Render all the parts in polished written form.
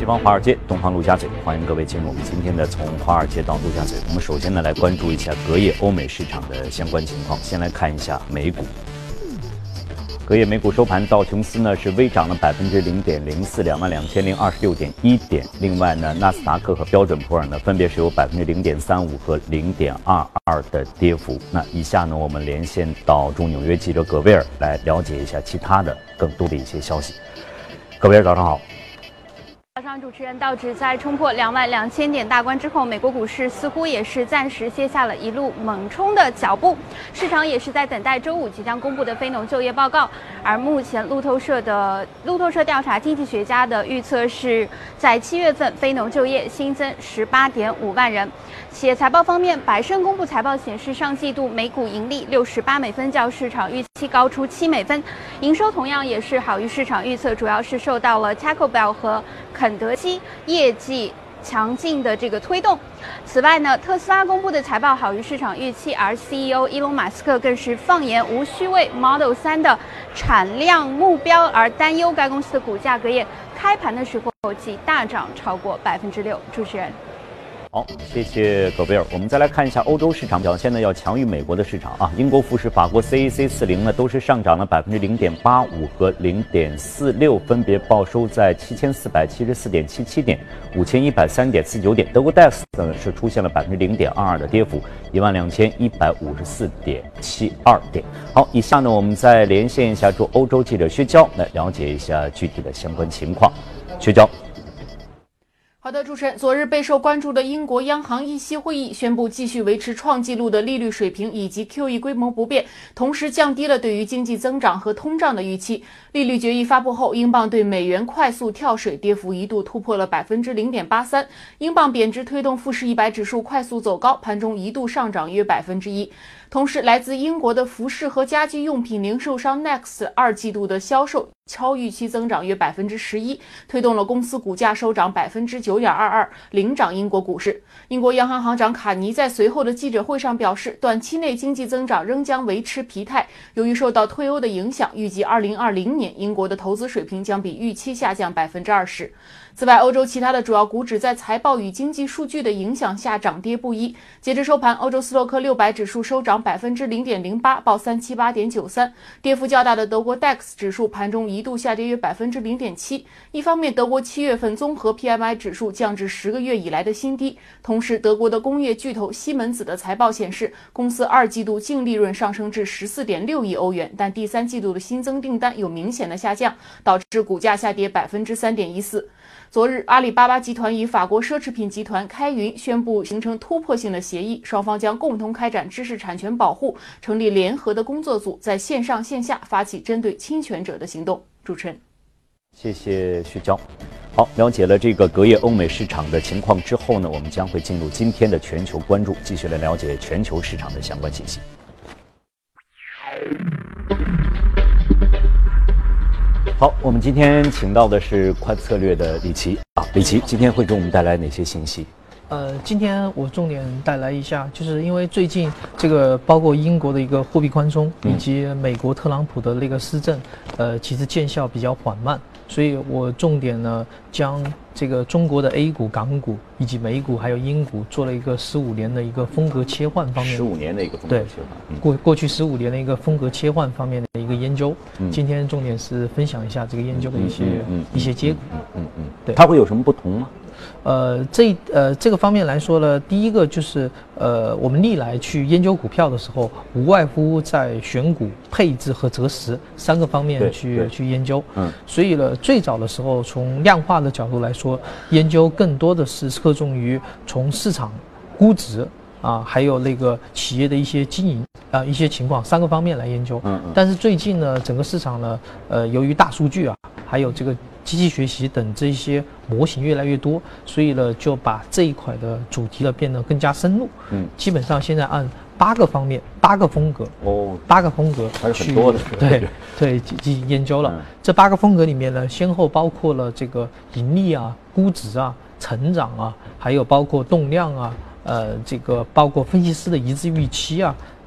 西方华尔街，东方陆家嘴，欢迎各位进入我们今天的从华尔街到陆家嘴。我们首先呢来关注一下隔夜欧美市场的相关情况。先来看一下美股。隔夜美股收盘，道琼斯呢是微涨了0.04%，22,026.1点。另外呢，纳斯达克和标准普尔呢分别是有0.35%和0.22%的跌幅。那以下呢，我们连线到驻纽约记者葛威尔来了解一下其他的更多的一些消息。葛威尔，早上好。 早上，主持人，道指在冲破22000点大关之后，美国股市似乎也是暂时卸下了一路猛冲的脚步。市场也是在等待周五即将公布的非农就业报告。而目前路透社调查经济学家的预测是，在7月份非农就业新增18.5万人。企业财报方面，百胜公布财报显示，上季度每股盈利68美分，较市场预期高出7美分，营收同样也是好于市场预测，主要是受到了 Taco Bell 和肯德基业绩强劲的这个推动。此外呢，特斯拉公布的财报好于市场预期，而 CEO 伊隆马斯克更是放言无需为 Model 3的产量目标而担忧。该公司的股价隔夜开盘的时候即大涨超过6%。主持人。 好，谢谢葛贝尔。我们再来看一下欧洲市场表现呢，要强于美国的市场啊。英国富时、法国 CAC 40呢，都是上涨了0.85%和0.46%，分别报收在7474.77点、5103.49点。德国 DAX 呢是出现了0.22%的跌幅，12154.72点。好，以下呢我们再连线一下驻欧洲记者薛娇，来了解一下具体的相关情况。薛娇。 好的，主持人，昨日备受关注的英国央行议息会议宣布继续维持创纪录的利率水平以及 QE 规模不变，同时降低了对于经济增长和通胀的预期。利率决议发布后，英镑对美元快速跳水，跌幅一度突破了0.83%。英镑贬值推动富时100指数快速走高，盘中一度上涨约1%。同时，来自英国的服饰和家居用品零售商 Next 二季度的销售超预期增长约11%，推动了公司股价收涨9.22%，领涨英国股市。英国央行行长卡尼在随后的记者会上表示，短期内经济增长仍将维持疲态，由于受到脱欧的影响，预计2020年英国的投资水平将比预期下降20%。此外，欧洲其他的主要股指在财报与经济数据的影响下涨跌不一。截至收盘，欧洲斯洛克600指数收涨0.08%，报378.93。跌幅较大的德国 DAX 指数盘中一度下跌约0.7%。一方面，德国7月份综合 PMI 指数降至10个月以来的新低。同时，德国的工业巨头西门子的财报显示，公司2季度净利润上升至14.6亿欧元，但第3季度的新增订单有明显的下降，导致股价下跌3.14%。昨日，阿里巴巴集团与法国奢侈品集团开云宣布形成突破性的协议，双方将共同开展知识产权保护，成立联合的工作组，在线上线下发起针对侵权者的行动。主持人， 谢谢薛娇。好，了解了这个隔夜欧美市场的情况之后呢，我们将会进入今天的全球关注，继续来了解全球市场的相关信息。好，我们今天请到的是快策略的李琦啊，李琦今天会给我们带来哪些信息？ 今天我重点带来一下，就是因为最近这个包括英国的一个货币宽松，以及美国特朗普的那个施政，其实见效比较缓慢，所以我重点呢将这个中国的 A 股、港股以及美股还有英股做了一个15年的一个风格切换方面 ，15年的一个风格切换，过去15年的一个风格切换方面的一个研究。今天重点是分享一下这个研究的一些结果。 对，它会有什么不同吗？ 这个方面来说呢，第一个就是我们历来去研究股票的时候，无外乎在选股、配置和择时3个方面去研究。所以呢，最早的时候从量化的角度来说，研究更多的是侧重于从市场估值啊，还有那个企业的一些经营一些情况3个方面来研究。但是最近呢，整个市场呢，由于大数据啊，还有这个机器学习等这些模型越来越多，所以呢就把这一块的主题呢变得更加深入。基本上现在按8个方面、8个风格，8个风格还是很多的。 对，进行研究了。这8个风格里面呢，先后包括了这个盈利啊、估值啊、成长啊，还有包括动量啊，这个包括分析师的一致预期啊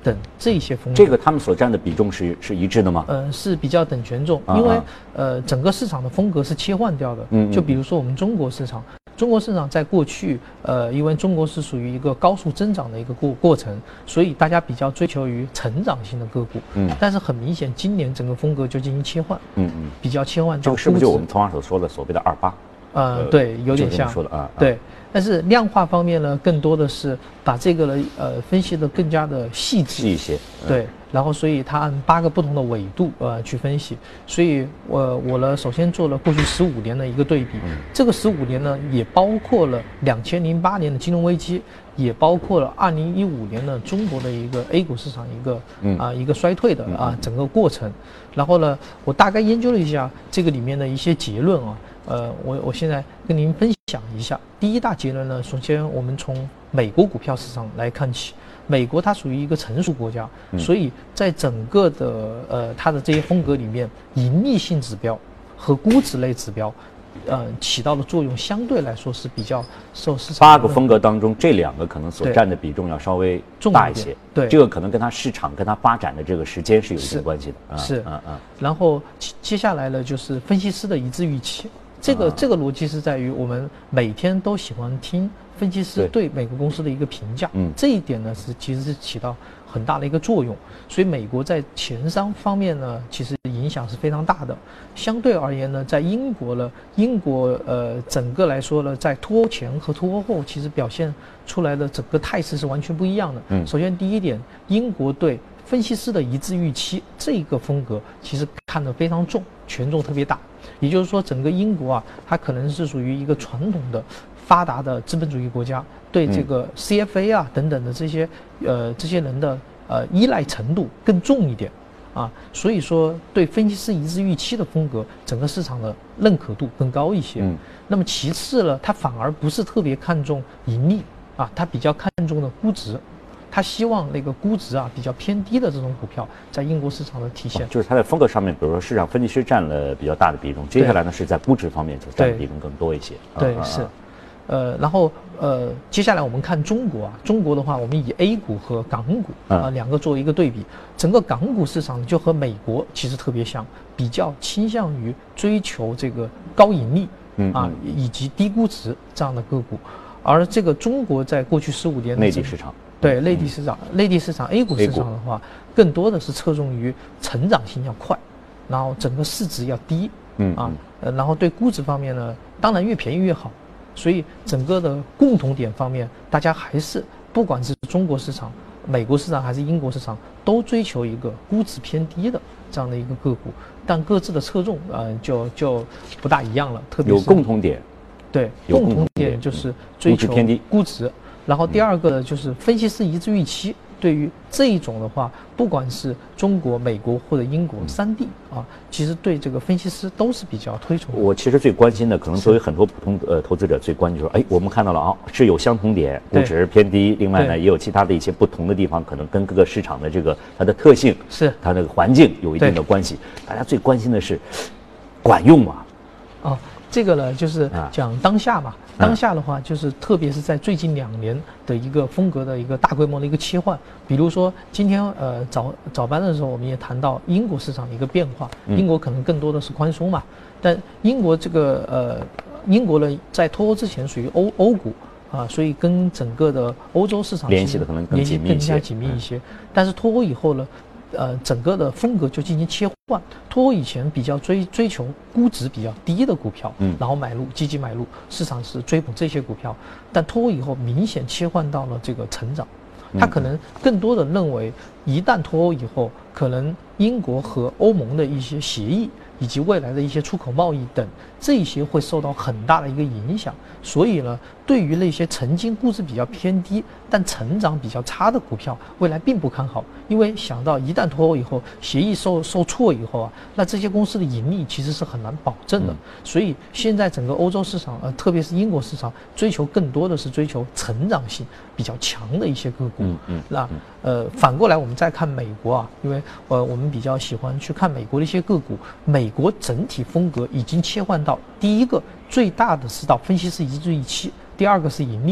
等这些风格。 这个他们所占的比重是一致的吗？ 是比较等权重，因为整个市场的风格是切换掉的。就比如说我们中国市场。中国市场在过去，因为中国是属于一个高速增长的一个过程，所以大家比较追求于成长性的个股。但是很明显，今年整个风格就进行切换。比较切换到。 这个是不是就我们通常所说的所谓的28？ 对，有点像。 说的啊。 对，但是量化方面呢，更多的是把这个分析的更加的细致一些。 对。然后，所以它按8个不同的纬度去分析，所以我呢首先做了过去15年的一个对比，这个15年呢也包括了2008年的金融危机，也包括了2015年的中国的一个 A 股市场一个衰退的整个过程。然后呢，我大概研究了一下这个里面的一些结论我现在跟您分享一下。第一大结论呢，首先我们从美国股票市场来看起。美国它属于一个成熟国家，所以在整个的它的这些风格里面，盈利性指标和估值类指标，起到的作用相对来说是比较受市场。 8个风格当中，这2个可能所占的比重要稍微大一些。 对， 这个可能跟它市场跟它发展的这个时间是有一定关系的。 是。然后接下来呢，就是分析师的一致预期。这个逻辑是在于我们每天都喜欢听分析师对每个公司的一个评价，这一点呢其实是起到很大的一个作用。所以美国在钱商方面呢，其实影响是非常大的。相对而言呢，在英国整个来说呢，在脱欧前和脱欧后，其实表现出来的整个态势是完全不一样的。首先第一点，英国对分析师的一致预期这个风格其实看得非常重，权重特别大。也就是说，整个英国它可能是属于一个传统的发达的资本主义国家，对这个 CFA 等等的这些人的依赖程度更重一点所以说对分析师一致预期的风格，整个市场的认可度更高一些。那么其次呢，它反而不是特别看重盈利它比较看重的估值。他希望那个估值比较偏低的这种股票在英国市场的体现， 就是它在风格上面，比如说市场分析师占了比较大的比重，接下来呢是在估值方面就占的比重更多一些。 对，是。然后接下来我们看中国中国的话，我们以 A 股和港股2个做一个对比，整个港股市场就和美国其实特别像，比较倾向于追求这个高盈利以及低估值这样的个股，而这个中国在过去15年内地市场。 对，内地市场 A 股市场的话，更多的是侧重于成长性要快，然后整个市值要低，然后对估值方面呢，当然越便宜越好，所以整个的共同点方面，大家还是不管是中国市场、美国市场还是英国市场，都追求一个估值偏低的这样的一个个股，但各自的侧重就不大一样了，特别是有共同点， 对，共同点就是追求估值。然后第二个呢，就是分析师一致预期。对于这一种的话，不管是中国、美国或者英国3地其实对这个分析师都是比较推崇的。 我其实最关心的，可能作为很多普通投资者最关心就是我们看到了是有相同点，估值偏低，另外呢也有其他的一些不同的地方，可能跟各个市场的这个它的特性是它那个环境有一定的关系。大家最关心的是管用吗？ 这个呢就是讲当下嘛。当下的话，就是特别是在最近2年的一个风格的一个大规模的一个切换。比如说今天早班的时候，我们也谈到英国市场的一个变化。英国可能更多的是宽松嘛，但英国这个英国呢在脱欧之前属于欧股所以跟整个的欧洲市场联系的可能更紧密一些。 更加紧密一些。但是脱欧以后呢？整个的风格就进行切换。脱欧以前比较追求估值比较低的股票，然后积极买入，市场是追捧这些股票。但脱欧以后明显切换到了这个成长，他可能更多的认为，一旦脱欧以后，可能英国和欧盟的一些协议以及未来的一些出口贸易等，这些会受到很大的一个影响。所以呢，对于那些曾经估值比较偏低但成长比较差的股票，未来并不看好。因为想到一旦脱欧以后，协议受挫以后那这些公司的盈利其实是很难保证的。所以现在整个欧洲市场特别是英国市场，追求更多的是追求成长性比较强的一些个股。那反过来我们再看美国因为我们比较喜欢去看美国的一些个股，美国整体风格已经切换到第一个最大的是到分析师一致预期，第二个是盈利。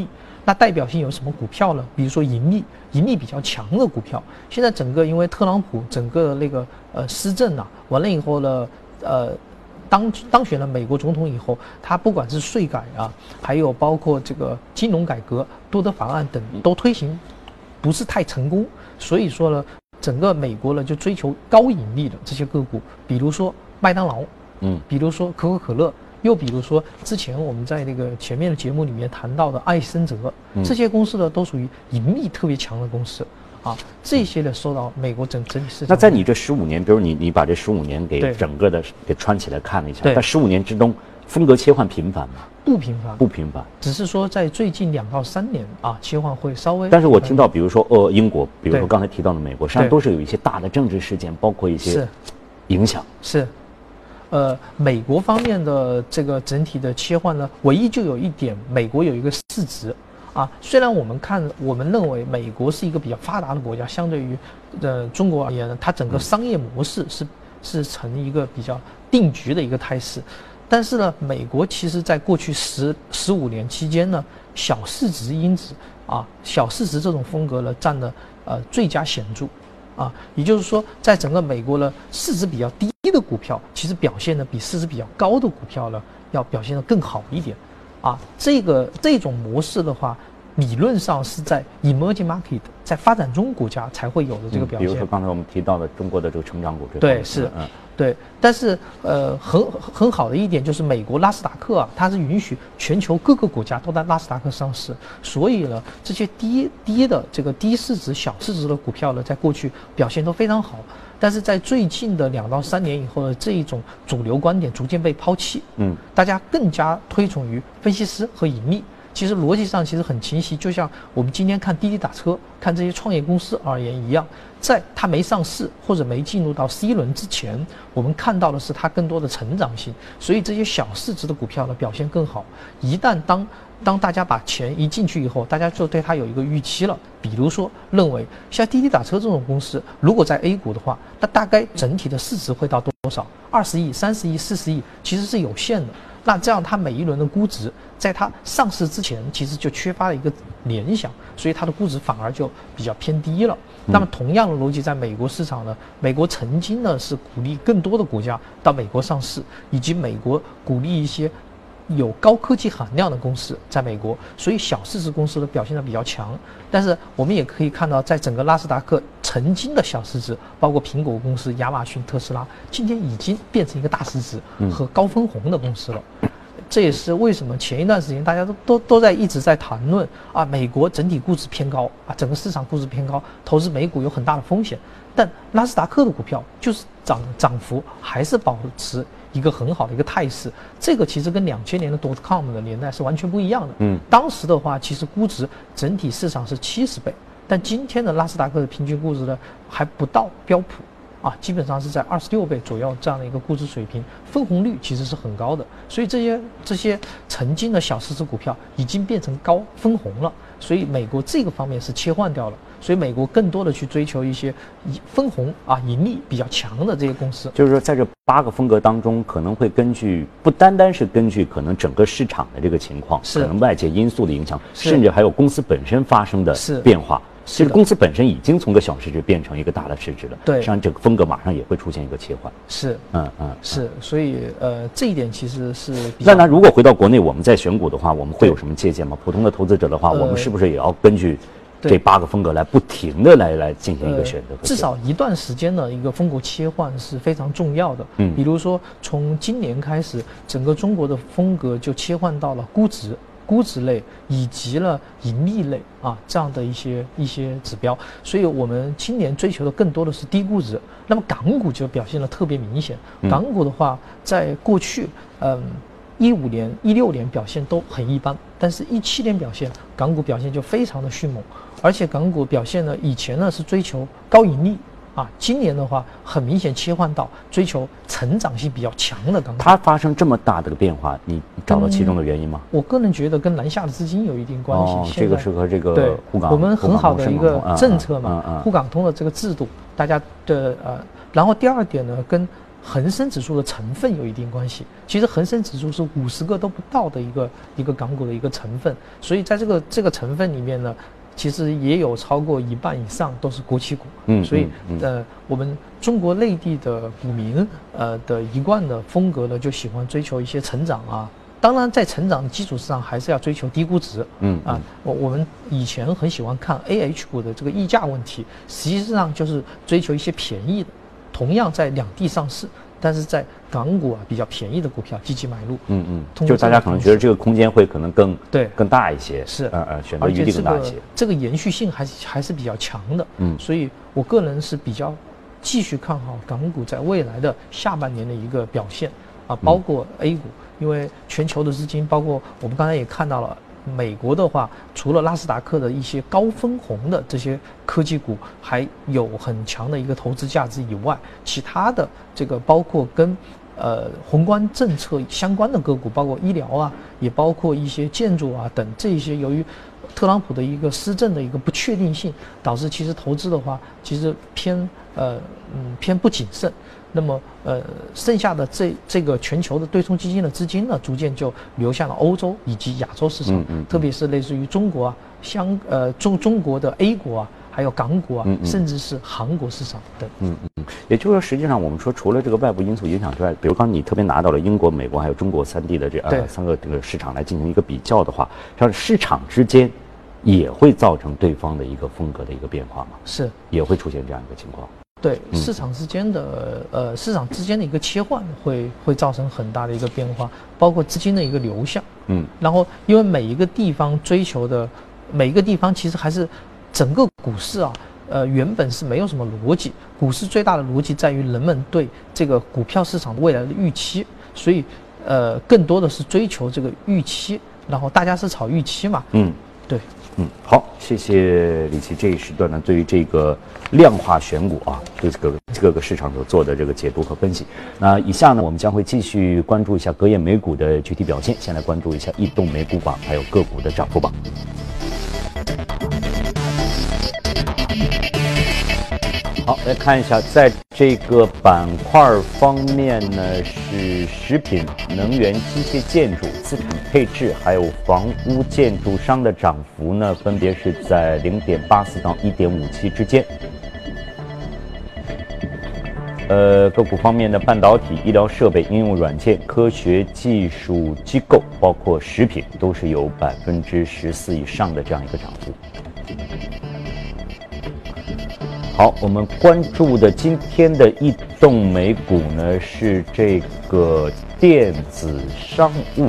那代表性有什么股票呢？比如说盈利比较强的股票。现在整个因为特朗普整个那个施政啊，完了以后呢，当选了美国总统以后，他不管是税改啊，还有包括这个金融改革、多德法案等都推行不是太成功，所以说呢，整个美国呢就追求高盈利的这些个股，比如说麦当劳，比如说可口可乐。又比如说，之前我们在那个前面的节目里面谈到的艾森哲，这些公司呢都属于盈利特别强的公司，啊，这些呢受到美国整体市场。 那在你这15年，比如你把这15年给整个的给串起来看了一下，在15年之中，风格切换频繁吗？ 不频繁， 不频繁， 只是说在最近2到3年啊，切换会稍微。 但是我听到，比如说英国，比如说刚才提到的美国，实际上都是有一些大的政治事件，包括一些影响。 是。美国方面的这个整体的切换呢，唯一就有一点，美国有一个市值啊。虽然我们认为美国是一个比较发达的国家，相对于中国而言呢，它整个商业模式是呈一个比较定局的一个态势。但是呢，美国其实在过去15年期间呢，小市值因子啊，小市值这种风格呢占的最佳显著。啊，也就是说，在整个美国呢，市值比较低的股票，其实表现的比市值比较高的股票呢，要表现得更好一点。啊，这种模式的话，理论上是在 emerging market， 在发展中国家才会有的这个表现。 比如说刚才我们提到的中国的这个成长股， 对，是，对。但是很好的一点就是美国纳斯达克啊，它是允许全球各个国家都在纳斯达克上市，所以呢，这些低市值、小市值的股票呢，在过去表现都非常好。但是在最近的2到3年以后呢，这一种主流观点逐渐被抛弃，大家更加推崇于分析师和盈利。其实逻辑上其实很清晰，就像我们今天看滴滴打车、看这些创业公司而言一样，在它没上市或者没进入到 C 轮之前，我们看到的是它更多的成长性，所以这些小市值的股票呢表现更好。一旦当大家把钱一进去以后，大家就对它有一个预期了。比如说，认为像滴滴打车这种公司，如果在 A 股的话，那大概整体的市值会到多少？20亿、30亿、40亿，其实是有限的。那这样它每一轮的估值，在它上市之前，其实就缺乏了一个联想，所以它的估值反而就比较偏低了。那么同样的逻辑，在美国市场呢，美国曾经呢是鼓励更多的国家到美国上市，以及美国鼓励一些有高科技含量的公司在美国，所以小市值公司的表现得比较强。但是我们也可以看到，在整个纳斯达克曾经的小市值，包括苹果公司、亚马逊、特斯拉，今天已经变成一个大市值和高分红的公司了。这也是为什么前一段时间大家都在一直在谈论啊，美国整体估值偏高啊，整个市场估值偏高，投资美股有很大的风险。但纳斯达克的股票就是涨幅还是保持一个很好的一个态势，这个其实跟2000年的 .com 的年代是完全不一样的。当时的话，其实估值整体市场是70倍，但今天的纳斯达克的平均估值呢还不到标普。啊，基本上是在26倍左右这样的一个估值水平，分红率其实是很高的，所以这些曾经的小市值股票已经变成高分红了，所以美国这个方面是切换掉了，所以美国更多的去追求一些分红啊盈利比较强的这些公司。 就是说，在这8个风格当中，可能会不单单是根据可能整个市场的这个情况，可能外界因素的影响，甚至还有公司本身发生的变化。其实公司本身已经从个小市值变成一个大的市值了， 对， 实际上这个风格马上也会出现一个切换。 是，是，所以这一点其实是比较。那如果回到国内，我们在选股的话，我们会有什么借鉴吗？普通的投资者的话，我们是不是也要根据这8个风格来不停的来进行一个选择？ 至少一段时间的一个风格切换是非常重要的。比如说从今年开始，整个中国的风格就切换到了估值类以及了盈利类啊这样的一些指标，所以我们今年追求的更多的是低估值。那么港股就表现得特别明显。港股的话，在过去15年、16年表现都很一般，但是17年表现，港股表现就非常的迅猛，而且港股表现呢，以前呢是追求高盈利。啊，今年的话很明显切换到追求成长性比较强的港股。 它发生这么大的变化，你找到其中的原因吗？ 我个人觉得跟南下的资金有一定关系。 这个是和这个沪港我们很好的一个政策嘛，沪港通的这个制度，大家的然后第二点呢，跟恒生指数的成分有一定关系。其实恒生指数是50个都不到的一个港股的一个成分，所以在这个成分里面呢，其实也有超过1半以上都是国企股。所以我们中国内地的股民的一贯的风格呢，就喜欢追求一些成长啊。当然，在成长的基础上，还是要追求低估值。我们以前很喜欢看 AH 股的这个溢价问题，实际上就是追求一些便宜的，同样在两地上市，但是在港股比较便宜的股票积极买入。 就大家可能觉得这个空间会可能更大一些， 是选择余地更大一些。 这个延续性还是比较强的。所以我个人是比较继续看好港股在未来的下半年的一个表现包括 A 股。因为全球的资金，包括我们刚才也看到了，美国的话，除了纳斯达克的一些高分红的这些科技股还有很强的一个投资价值以外，其他的这个包括跟宏观政策相关的个股，包括医疗也包括一些建筑等这些，由于特朗普的一个施政的一个不确定性，导致其实投资的话，其实偏不谨慎。那么剩下的这个全球的对冲基金的资金呢，逐渐就流向了欧洲以及亚洲市场，特别是类似于中国中国的 A 股还有港股甚至是韩国市场等。 也就是说，实际上我们说，除了这个外部因素影响之外，比如刚你特别拿到了英国、美国还有中国3地的3个这个市场来进行一个比较的话，像市场之间也会造成对方的一个风格的一个变化吗？ 是，也会出现这样一个情况。 对，市场之间的一个切换会造成很大的一个变化，包括资金的一个流向。然后因为每一个地方其实还是整个股市原本是没有什么逻辑，股市最大的逻辑在于人们对这个股票市场未来的预期，所以更多的是追求这个预期，然后大家是炒预期嘛。对。 好，谢谢李琦这一时段呢对于这个量化选股对各个市场所做的这个解读和分析。那以下呢，我们将会继续关注一下隔夜美股的具体表现，先来关注一下异动美股榜还有个股的涨幅榜。好，来看一下，在这个板块方面呢，是食品、能源、机械建筑、资产配置，还有房屋建筑商的涨幅呢，分别是在0.84到1.57之间。个股方面的半导体、医疗设备、应用软件、科学技术机构，包括食品，都是有14%以上的这样一个涨幅。好，我们关注的今天的异动美股呢，是这个电子商务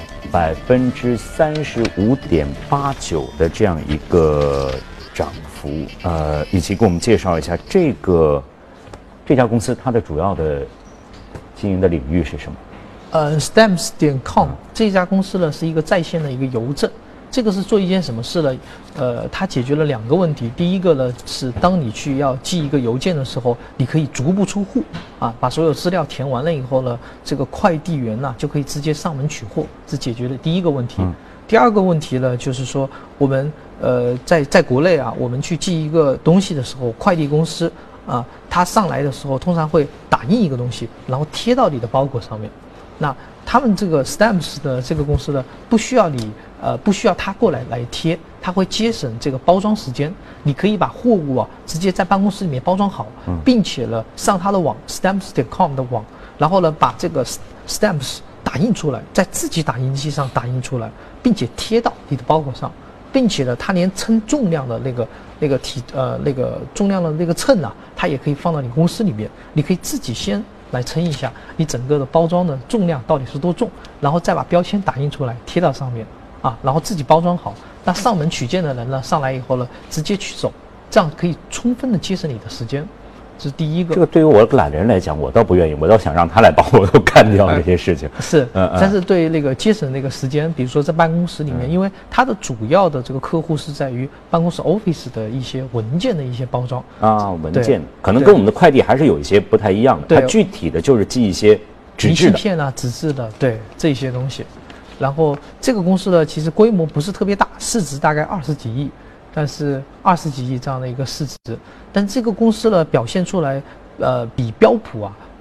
35.89%的这样一个涨幅。以及给我们介绍一下这家公司它的主要的经营的领域是什么 ？Stamps.com 这家公司呢是一个在线的一个邮政。这个是做一件什么事呢？它解决了2个问题。第一个呢是当你要寄一个邮件的时候，你可以足不出户把所有资料填完了以后呢，这个快递员就可以直接上门取货，是解决了第一个问题。第二个问题呢，就是说我们在国内我们去寄一个东西的时候，快递公司它上来的时候通常会打印一个东西，然后贴到你的包裹上面。那他们这个 Stamps 的这个公司呢，不需要他过来贴，他会节省这个包装时间。你可以把货物直接在办公室里面包装好，并且呢上他的网 Stamps.com 的网，然后呢把这个 Stamps 打印出来，在自己打印机上打印出来，并且贴到你的包裹上，并且呢它连称重量的那个重量的那个秤它也可以放到你公司里面，你可以自己先来称一下你整个的包装的重量到底是多重，然后再把标签打印出来贴到上面然后自己包装好。那上门取件的人呢，上来以后呢，直接取走，这样可以充分的节省你的时间。这是第一个。这个对于我懒人来讲，我倒不愿意，我倒想让他来帮我都干掉这些事情。 是，但是对那个节省那个时间，比如说在办公室里面，因为它的主要的这个客户是在于办公室 office 的一些文件的一些包装文件可能跟我们的快递还是有一些不太一样的。它具体的就是寄一些纸质的明信片纸质的，对这些东西。然后这个公司呢，其实规模不是特别大，市值大概20几亿。但是20几亿这样的一个市值，但这个公司呢表现出来，比标普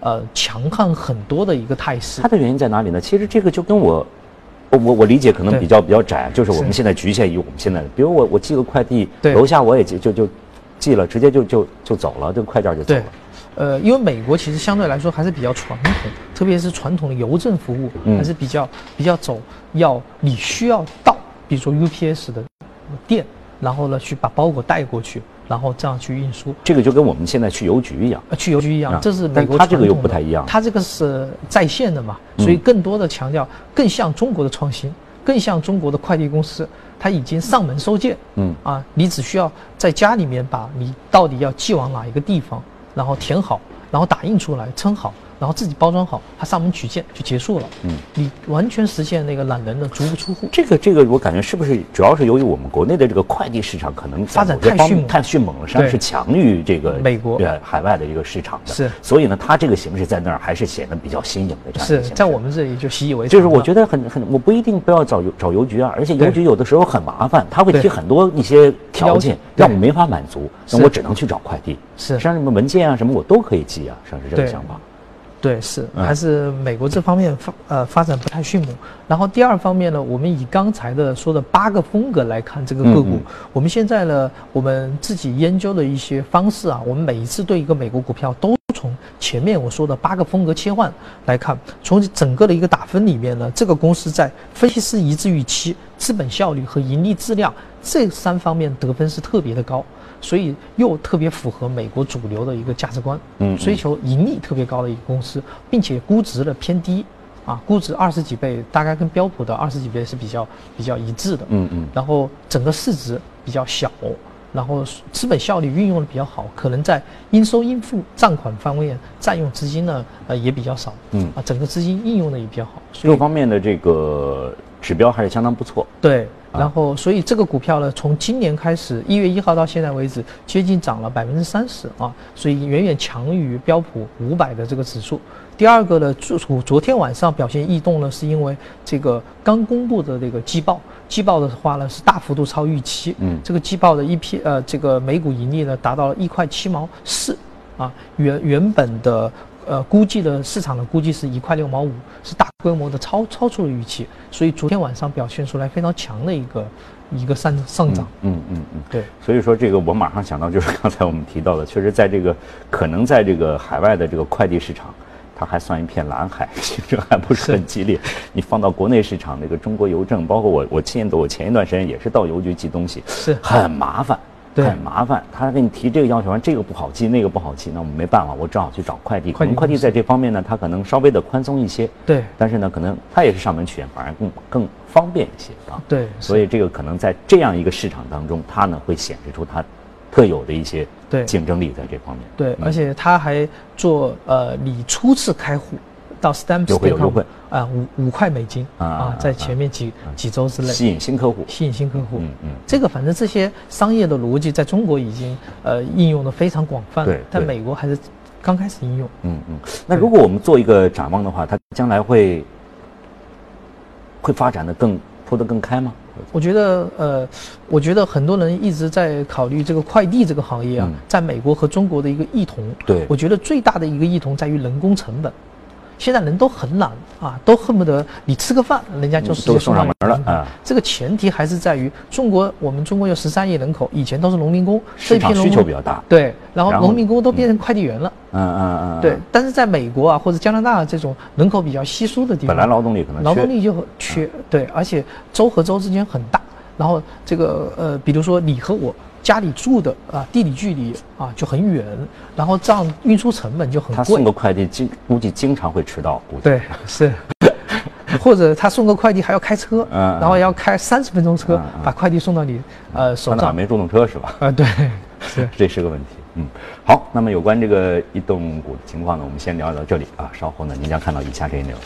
强悍很多的一个态势。 它的原因在哪里呢？其实这个就跟我理解可能比较窄，就是我们现在局限于我们现在的，比如我寄个快递，楼下我也就寄了，直接就走了，这个快件就走了。 因为美国其实相对来说还是比较传统，特别是传统的邮政服务还是比较走你需要到，比如说 UPS 的店，然后呢去把包裹带过去，然后这样去运输。 这个就跟我们现在去邮局一样， 这是美国传统的。 但它这个又不太一样， 它这个是在线的嘛，所以更多的强调更像中国的创新，更像中国的快递公司，它已经上门收件。你只需要在家里面把你到底要寄往哪一个地方，然后填好，然后打印出来称好，然后自己包装好，它上门取件就结束了。你完全实现那个懒人的足不出户。 这个我感觉是不是主要是由于我们国内的这个快递市场可能发展太迅猛了，实际上是强于这个美国海外的这个市场的。 是， 所以呢，它这个形式在那儿还是显得比较新颖的这样一个形式。 是在我们这里就习以为常。 就是我觉得我不一定不要找邮局啊，而且邮局有的时候很麻烦，他会提很多一些条件让我没法满足，那我只能去找快递。 是， 像什么文件啊什么我都可以寄啊，像是这个想法。 对，是还是美国这方面发展不太迅猛。然后第二方面呢，我们以刚才的说的8个风格来看这个个股，我们现在呢，我们自己研究的一些方式啊，我们每一次对一个美国股票都从前面我说的8个风格切换来看，从整个的一个打分里面呢，这个公司在分析师一致预期、资本效率和盈利质量这3方面得分是特别的高。所以又特别符合美国主流的一个价值观，追求盈利特别高的一个公司，并且估值的偏低，估值20几倍，大概跟标普的20几倍是比较一致的，然后整个市值比较小，然后资本效率运用的比较好，可能在应收应付账款方面占用资金呢，也比较少，整个资金应用的也比较好， 各方面的这个指标还是相当不错， 对。然后，所以这个股票呢，从今年开始，1月1号到现在为止，接近涨了30%啊，所以远远强于标普500的这个指数。第二个呢，昨天晚上表现异动呢，是因为这个刚公布的这个季报的话呢是大幅度超预期，这个季报的这个每股盈利呢达到了1.7毛4啊，原本的估计的市场的估计是1.6毛5，是大规模的超出了预期，所以昨天晚上表现出来非常强的一个上涨。 对。所以说这个我马上想到就是刚才我们提到的，确实在这个可能在这个海外的这个快递市场，它还算一片蓝海，竞争还不是很激烈。你放到国内市场，那个中国邮政，包括我前一段时间也是到邮局寄东西， 是很麻烦。很麻烦，他给你提这个要求，这个不好寄，那个不好寄，那我们没办法，我只好去找快递。可能快递在这方面呢，它可能稍微的宽松一些， 对。 但是呢，可能它也是上门取件，反而更方便一些啊。 对。 所以这个可能在这样一个市场当中，它呢会显示出它特有的一些竞争力在这方面。 对，而且它还做你初次开户到 Stamps 优惠 5块美金在前面几周之内吸引新客户。 这个反正这些商业的逻辑在中国已经应用的非常广泛了，但美国还是刚开始应用。 那如果我们做一个展望的话，它将来会发展的铺得更开吗？ 我觉得很多人一直在考虑这个快递这个行业啊，在美国和中国的一个异同。 对， 我觉得最大的一个异同在于人工成本。现在人都很懒啊，都恨不得你吃个饭，人家就直接送上门了啊。这个前提还是在于我们中国有13亿人口，以前都是农民工， 市场需求比较大。 对，然后农民工都变成快递员了。对，但是在美国啊或者加拿大这种人口比较稀疏的地方， 本来劳动力可能劳动力就缺。对，而且州和州之间很大，然后这个比如说你和我家里住的地理距离就很远，然后这样运输成本就很贵。 他送个快递估计经常会迟到。 对，是。或者他送个快递还要开车，然后要开30分钟车把快递送到你手上。 没助动车是吧？ 对，是。 这是个问题。好，那么有关这个异动股的情况呢，我们先聊到这里啊。稍后呢，您将看到以下这些内容。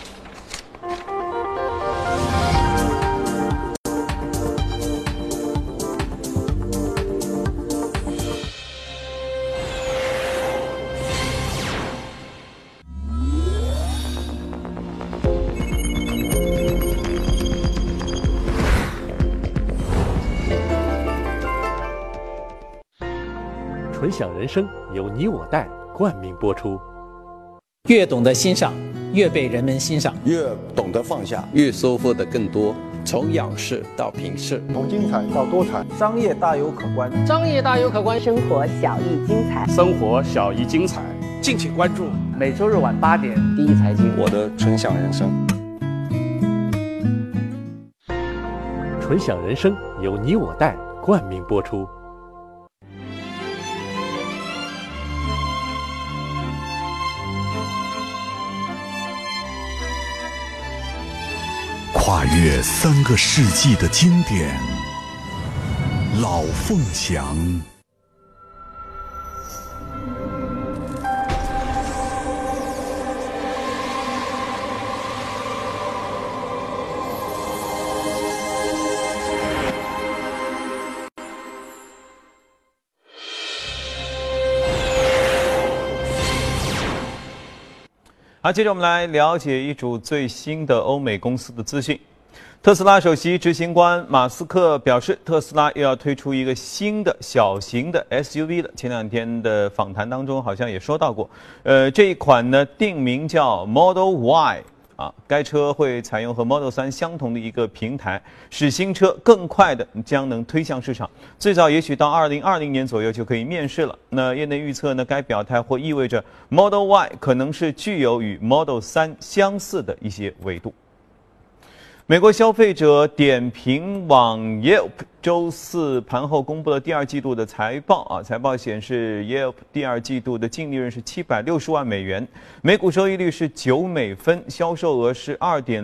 纯享人生由你我带冠名播出。 越懂得欣赏，越被人们欣赏； 越懂得放下， 越收获的更多。从仰视到平视， 从精彩到多彩， 商业大有可观， 商业大有可观， 生活小亦精彩， 生活小亦精彩。 敬请关注每周日晚8点， 第一财经， 我的纯享人生。 纯享人生由你我贷冠名播出。 跨越3个世纪的经典，老凤祥。 好，接着我们来了解一组最新的欧美公司的资讯。特斯拉首席执行官马斯克表示，特斯拉又要推出一个新的小型的 SUV 了。前2天的访谈当中好像也说到过，这一款呢定名叫 Model Y。该车会采用和 Model 3相同的一个平台，使新车更快的将能推向市场。最早也许到2020年左右就可以面世了。那业内预测呢，该表态或意味着 Model Y 可能是具有与 Model 3相似的一些维度。美国消费者点评网 Yelp 周4盘后公布了第2季度的财报财报显示 Yelp 第2季度的净利润是760万美元，每股收益率是9美分，销售额是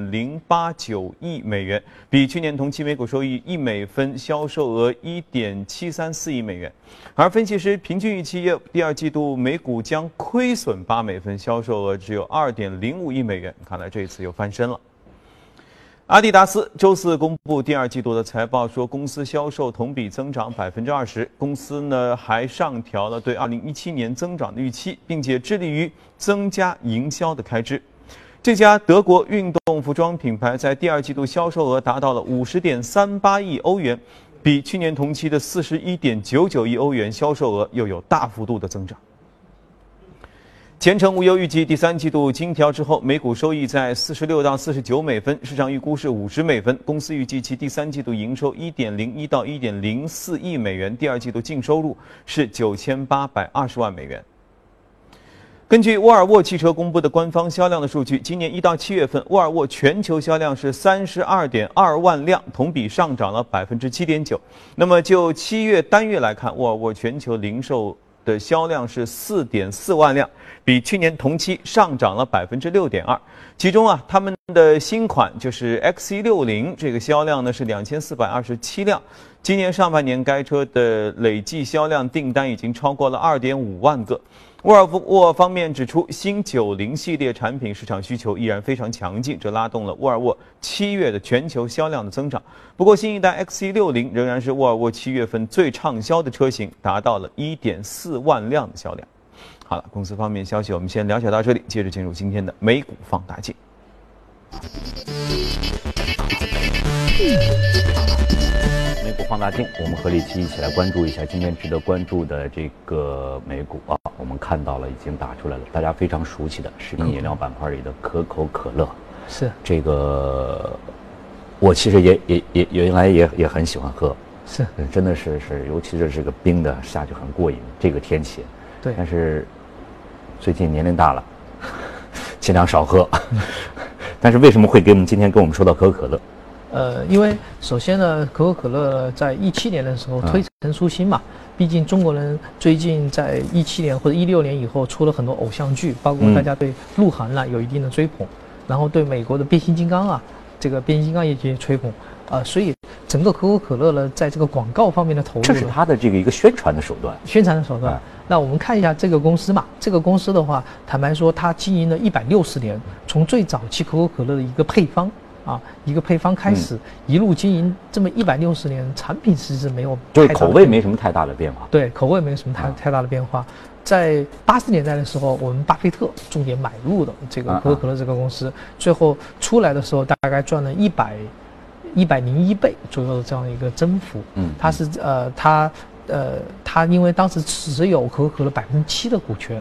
2.089亿美元，比去年同期每股收益1美分，销售额1.734亿美元。而分析师平均预期 Yelp 第2季度每股将亏损8美分，销售额只有2.05亿美元，看来这一次又翻身了。阿迪达斯周4公布第2季度的财报，说公司销售同比增长20%，公司呢还上调了对2017年增长的预期，并且致力于增加营销的开支。这家德国运动服装品牌在第2季度销售额达到了50.38亿欧元，比去年同期的41.99亿欧元销售额又有大幅度的增长。前程无忧预计第3季度经调之后每股收益在46到49美分，市场预估是50美分。公司预计其第3季度营收1.01到1.04亿美元，第2季度净收入是9820万美元。根据沃尔沃汽车公布的官方销量的数据，今年1到7月份，沃尔沃全球销量是32.2万辆，同比上涨了7.9%。那么就7月单月来看，沃尔沃全球零售的销量是4.4万辆，比去年同期上涨了6.2%。其中他们的新款就是 XC60，这个销量呢是2427辆。今年上半年该车的累计销量订单已经超过了2.5万个。沃尔沃方面指出，新90系列产品市场需求依然非常强劲，这拉动了沃尔沃7月的全球销量的增长。不过，新一代 XC60 仍然是沃尔沃7月份最畅销的车型，达到了1.4万辆的销量。好了，公司方面消息我们先了解到这里，接着进入今天的美股放大镜。 美股放大镜，我们和李琦一起来关注一下今天值得关注的这个美股我们看到了，已经打出来了，大家非常熟悉的食品饮料板块里的可口可乐。 是这个，我其实也原来也很喜欢喝， 是真的是尤其是这个冰的下去很过瘾，这个天气。 对， 但是最近年龄大了，尽量少喝。但是为什么会今天跟我们说到可口可乐？ 因为首先呢，可口可乐在17年的时候推陈出新嘛，毕竟中国人最近在17年或者16年以后出了很多偶像剧，包括大家对鹿晗有一定的追捧，然后对美国的变形金刚这个变形金刚也吹捧所以整个可口可乐呢，在这个广告方面的投入， 这是它的这个一个宣传的手段。 那我们看一下这个公司嘛，这个公司的话，坦白说，它经营了160年，从最早期可口可乐的一个配方开始，一路经营这么160年，产品实质没有， 就是口味没什么太大的变化。 对，口味没什么太大的变化。在80年代的时候，我们巴菲特重点买入的这个可口可乐这个公司，最后出来的时候大概赚了101倍左右的这样一个增幅。它是他因为当时持有可口可乐7%的股权，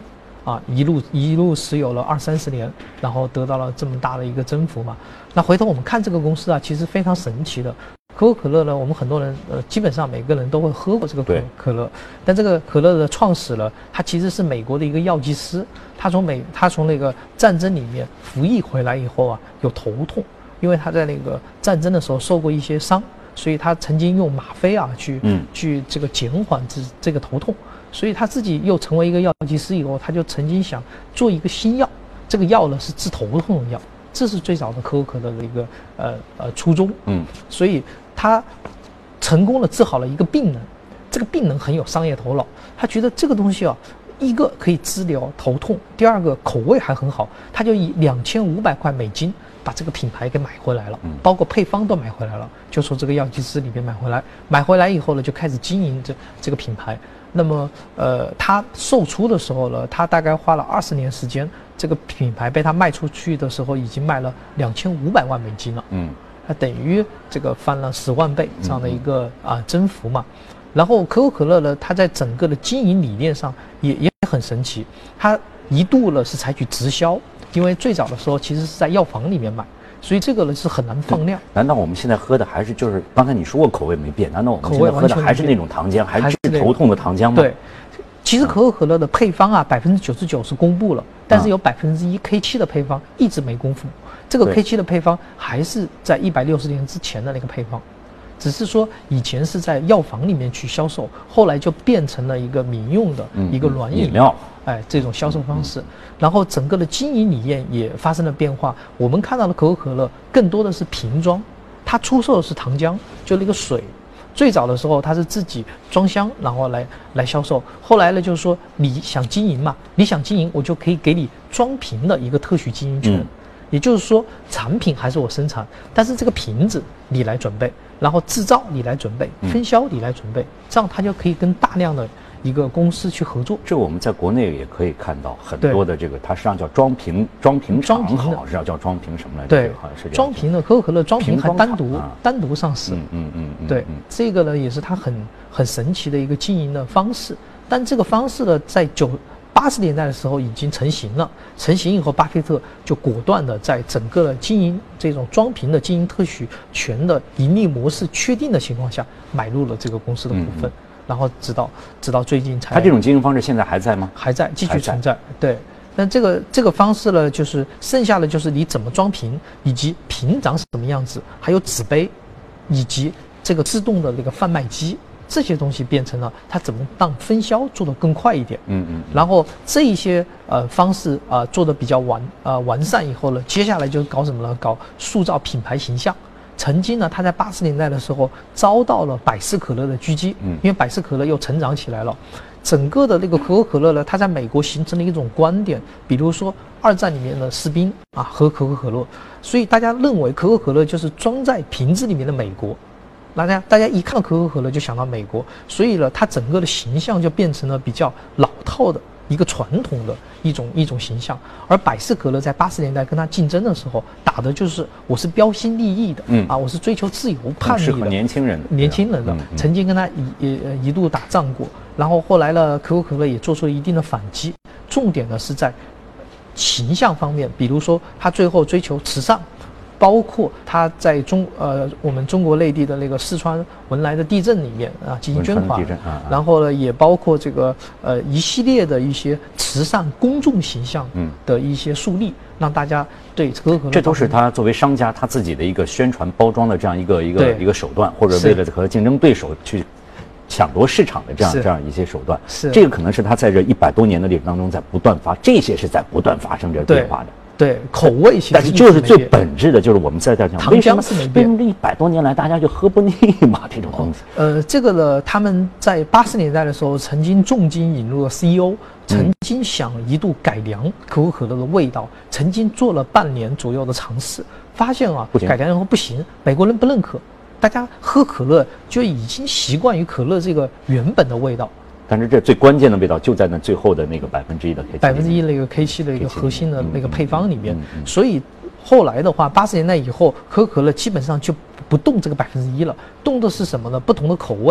啊，一路持有了20-30年，然后得到了这么大的一个增幅嘛。那回头我们看这个公司啊，其实非常神奇的。可口可乐呢，我们很多人基本上每个人都会喝过这个可乐，但这个可乐的创始呢，他其实是美国的一个药剂师，他从那个战争里面服役回来以后啊，有头痛，因为他在那个战争的时候受过一些伤，所以他曾经用吗啡啊去这个减缓这个头痛。所以他自己又成为一个药剂师以后，他就曾经想做一个新药，这个药呢是治头痛的药，这是最早的可口可乐的一个初衷。所以他成功的治好了一个病人，这个病人很有商业头脑，他觉得这个东西啊，一个可以治疗头痛，第二个口味还很好，他就以$2500把这个品牌给买回来了，包括配方都买回来了，就从这个药剂师里面买回来以后呢，就开始经营这个品牌。那么他售出的时候呢，他大概花了20年时间，这个品牌被他卖出去的时候已经卖了$2500万了。它等于这个翻了10万倍这样的一个增幅嘛。然后可口可乐呢，它在整个的经营理念上也很神奇，它一度呢是采取直销，因为最早的时候其实是在药房里面买。所以这个呢是很难放量。 难道我们现在喝的还是就是刚才你说过口味没变？难道我们现在喝的还是那种糖浆，还是头痛的糖浆吗？ 对，其实可口可乐的配方啊，99%是公布了，但是有1%K7的配方一直没公布。这个 K7的配方还是在160年之前的那个配方，只是说以前是在药房里面去销售，后来就变成了一个民用的一个软饮料。这种销售方式，然后整个的经营理念也发生了变化。我们看到的可口可乐更多的是瓶装，它出售的是糖浆，就那个水。最早的时候它是自己装箱，然后来销售。后来呢，就是说你想经营嘛，你想经营，我就可以给你装瓶的一个特许经营权。也就是说，产品还是我生产，但是这个瓶子你来准备，然后制造你来准备，分销你来准备，这样它就可以跟大量的一个公司去合作。 这我们在国内也可以看到很多的这个，它实际上叫装瓶厂，好是要叫装瓶什么来着？ 对， 好像是装瓶的可口可乐装瓶还单独上市。对，这个呢也是它很神奇的一个经营的方式。但这个方式呢，在80年代的时候已经成型了。成型以后，巴菲特就果断的在整个的经营这种装瓶的经营特许权的盈利模式确定的情况下，买入了这个公司的股份。然后直到最近才。它这种经营方式现在还在吗？ 还在，继续存在。对，但这个方式呢，就是剩下的就是你怎么装瓶，以及瓶长什么样子，还有纸杯，以及这个自动的那个贩卖机。这些东西变成了它怎么让分销做得更快一点，然后这一些方式做得比较完善以后呢，接下来就搞什么呢？搞塑造品牌形象。曾经呢，他在80年代的时候遭到了百事可乐的狙击，因为百事可乐又成长起来了。整个的那个可口可乐呢，它在美国形成了一种观点，比如说2战里面的士兵喝可口可乐，所以大家认为可口可乐就是装在瓶子里面的美国。大家一看到可口可乐就想到美国，所以呢，它整个的形象就变成了比较老套的一个传统的一种形象。而百事可乐在80年代跟它竞争的时候，打的就是我是标新立异的，我是追求自由叛逆的， 适合年轻人的，曾经跟他一度打仗过。然后后来呢，可口可乐也做出了一定的反击，重点呢是在形象方面，比如说他最后追求慈善。包括他在我们中国内地的那个四川文莱的地震里面进行捐款，然后呢也包括这个一系列的一些慈善公众形象的一些树立，让大家对可口可乐。 这都是他作为商家他自己的一个宣传包装的这样一个手段，或者为了和竞争对手去抢夺市场的这样一些手段。这个可能是他在这100多年的历史当中在不断这些是在不断发生着变化的。 对，口味其实但是就是最本质的，就是我们在这讲， 糖浆是没变。 为什么100多年来大家就喝不腻嘛？这种东西。 这个呢，他们在80年代的时候曾经重金引入了 CEO， 曾经想一度改良可口可乐的味道，曾经做了半年左右的尝试，发现改良以后不行，美国人不认可，大家喝可乐就已经习惯于可乐这个原本的味道。 但是这最关键的味道就在那最后的那个1%的 K7，1%那个 K7的一个核心的那个配方里面。所以后来的话，80年代以后，可口可乐基本上就不动这个1%了，动的是什么呢？不同的口味，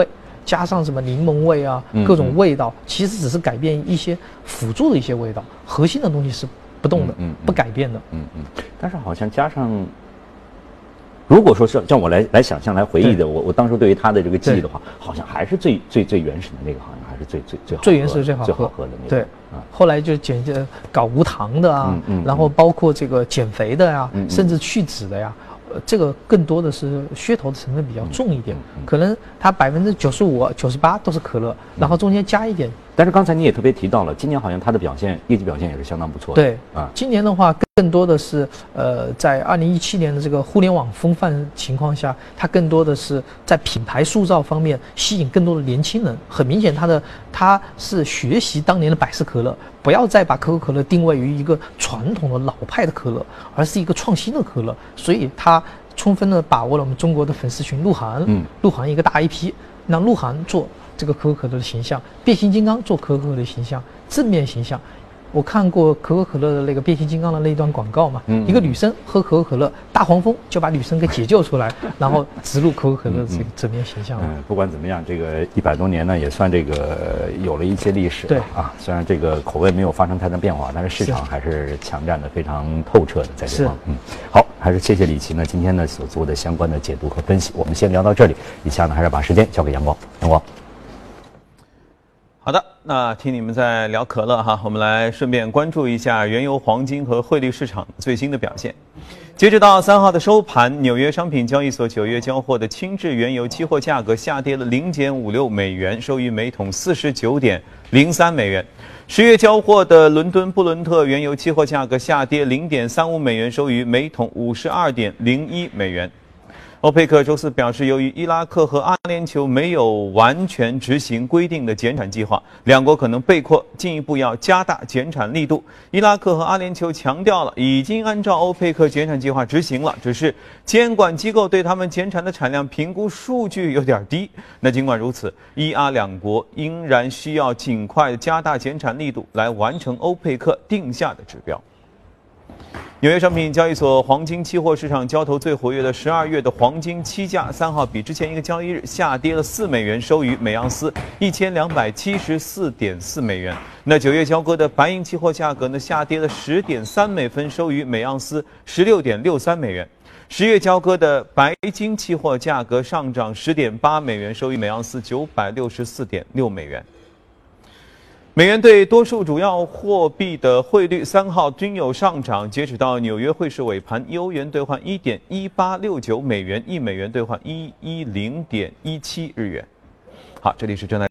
加上什么柠檬味啊，各种味道，其实只是改变一些辅助的一些味道，核心的东西是不动的，不改变的。 但是好像加上，如果说是让我来想象来回忆的，我当时对于它的这个记忆的话，好像还是最原始的那个，好像还是最原始最好喝的那个。 对，后来就搞无糖的啊，然后包括这个减肥的呀，甚至去脂的呀。这个更多的是噱头的成分比较重一点，可能它95%、98%都是可乐，然后中间加一点。 但是刚才你也特别提到了，今年好像它的业绩表现也是相当不错的。 对啊，今年的话更多的是在2017年的这个互联网风范情况下，它更多的是在品牌塑造方面吸引更多的年轻人。很明显，它是学习当年的百事可乐，不要再把可口可乐定位于一个传统的老派的可乐，而是一个创新的可乐。所以它充分的把握了我们中国的粉丝群，鹿晗一个大 IP， 让鹿晗做这个可口可乐的形象，变形金刚做可口可乐的形象，正面形象。我看过可口可乐的那个变形金刚的那段广告嘛，一个女生喝可口可乐，大黄蜂就把女生给解救出来，然后植入可口可乐的这个正面形象。 不管怎么样，这个100多年呢，也算这个有了一些历史。 对啊，虽然这个口味没有发生太大变化，但是市场还是抢占的非常透彻的在这方。好，还是谢谢李琦呢今天呢所做的相关的解读和分析。我们先聊到这里，以下呢还是把时间交给阳光。阳光。 好的，那听你们在聊可乐哈，我们来顺便关注一下原油、黄金和汇率市场最新的表现。截止到3号的收盘，纽约商品交易所9月交货的轻质原油期货价格下跌了0.56美元，收于每桶49.03美元。10月交货的伦敦布伦特原油期货价格下跌0.35美元，收于每桶52.01美元。欧佩克周四表示，由于伊拉克和阿联酋没有完全执行规定的减产计划，两国可能被迫进一步要加大减产力度。伊拉克和阿联酋强调了已经按照欧佩克减产计划执行了，只是监管机构对他们减产的产量评估数据有点低。那尽管如此，伊阿两国仍然需要尽快加大减产力度，来完成欧佩克定下的指标。纽约商品交易所黄金期货市场交投最活跃的12月的黄金期价3号比之前一个交易日下跌了4美元，收于每盎司1274.4美元。那9月交割的白银期货价格呢下跌了10.3美分，收于每盎司16.63美元。10月交割的白金期货价格上涨10.8美元，收于每盎司964.6美元。美元对多数主要货币的汇率3号均有上涨，截止到纽约汇市尾盘，欧元兑换1.1869美元，1美元兑换110.17日元。好，这里是正在